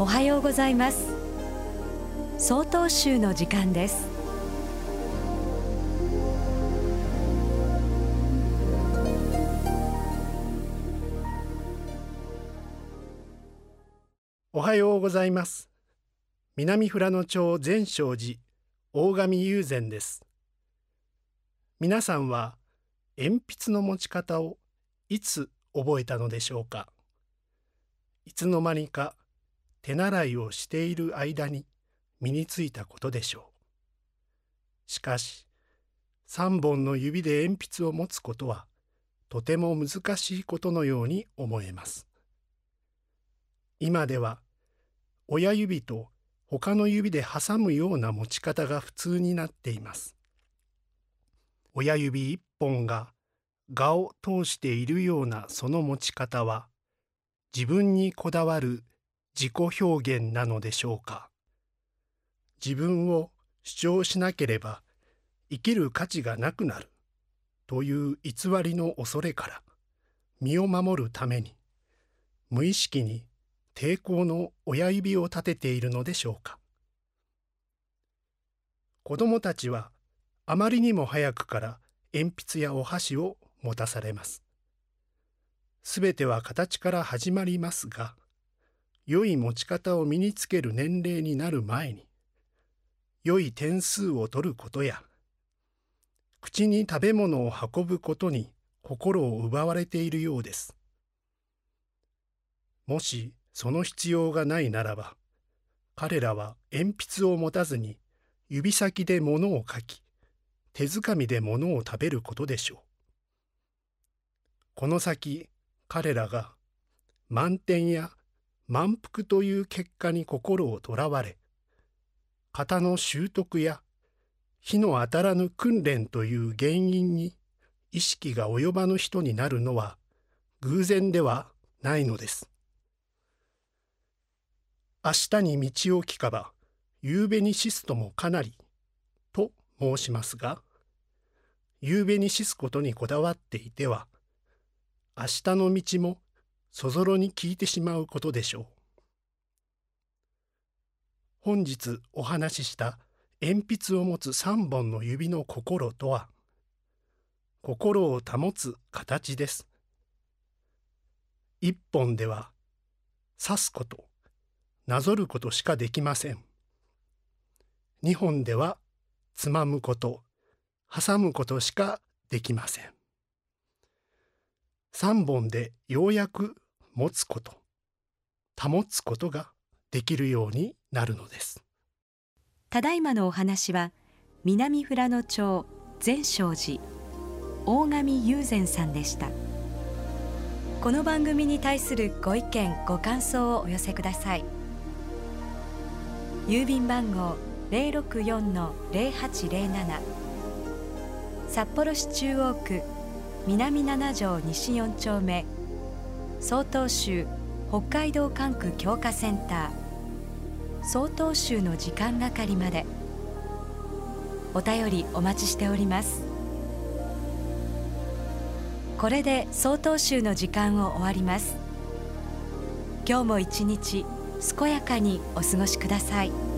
おはようございます。総統集の時間です。 おはようございます。南富良野町善勝寺大神雄禅です。皆さんは鉛筆の持ち方をいつ覚えたのでしょうか。いつの間にか手習いをしている間に身についたことでしょう。しかし、3本の指で鉛筆を持つことはとても難しいことのように思えます。今では親指と他の指で挟むような持ち方が普通になっています。親指一本が画を通しているようなその持ち方は、自分にこだわる自己表現なのでしょうか。自分を主張しなければ生きる価値がなくなるという偽りの恐れから身を守るために、無意識に抵抗の親指を立てているのでしょうか。子どもたちはあまりにも早くから鉛筆やお箸を持たされます。すべては形から始まりますが、良い持ち方を身につける年齢になる前に、良い点数を取ることや、口に食べ物を運ぶことに心を奪われているようです。もしその必要がないならば、彼らは鉛筆を持たずに指先で物を書き、手づかみで物を食べることでしょう。この先、彼らが満点や満腹という結果に心をとらわれ、型の習得や火の当たらぬ訓練という原因に意識が及ばぬ人になるのは偶然ではないのです。明日に道を聞かば、夕べに死すともかなり、と申しますが、夕べに死すことにこだわっていては、明日の道もそぞろに聞いてしまうことでしょう。本日お話しした鉛筆を持つ3本の指の心とは、心を保つ形です。1本では指すこと、なぞることしかできません。2本ではつまむこと、挟むことしかできません。3本でようやく持つこと、保つことができるようになるのです。 ただいまのお話は、南富良野町善勝寺大神雄禅さんでした。この番組に対するご意見ご感想をお寄せください。郵便番号 064-0807 札幌市中央区南7条西4丁目、総統集北海道管区強化センター総統集の時間係まで。お便りお待ちしております。これで総統集の時間を終わります。今日も一日健やかにお過ごしください。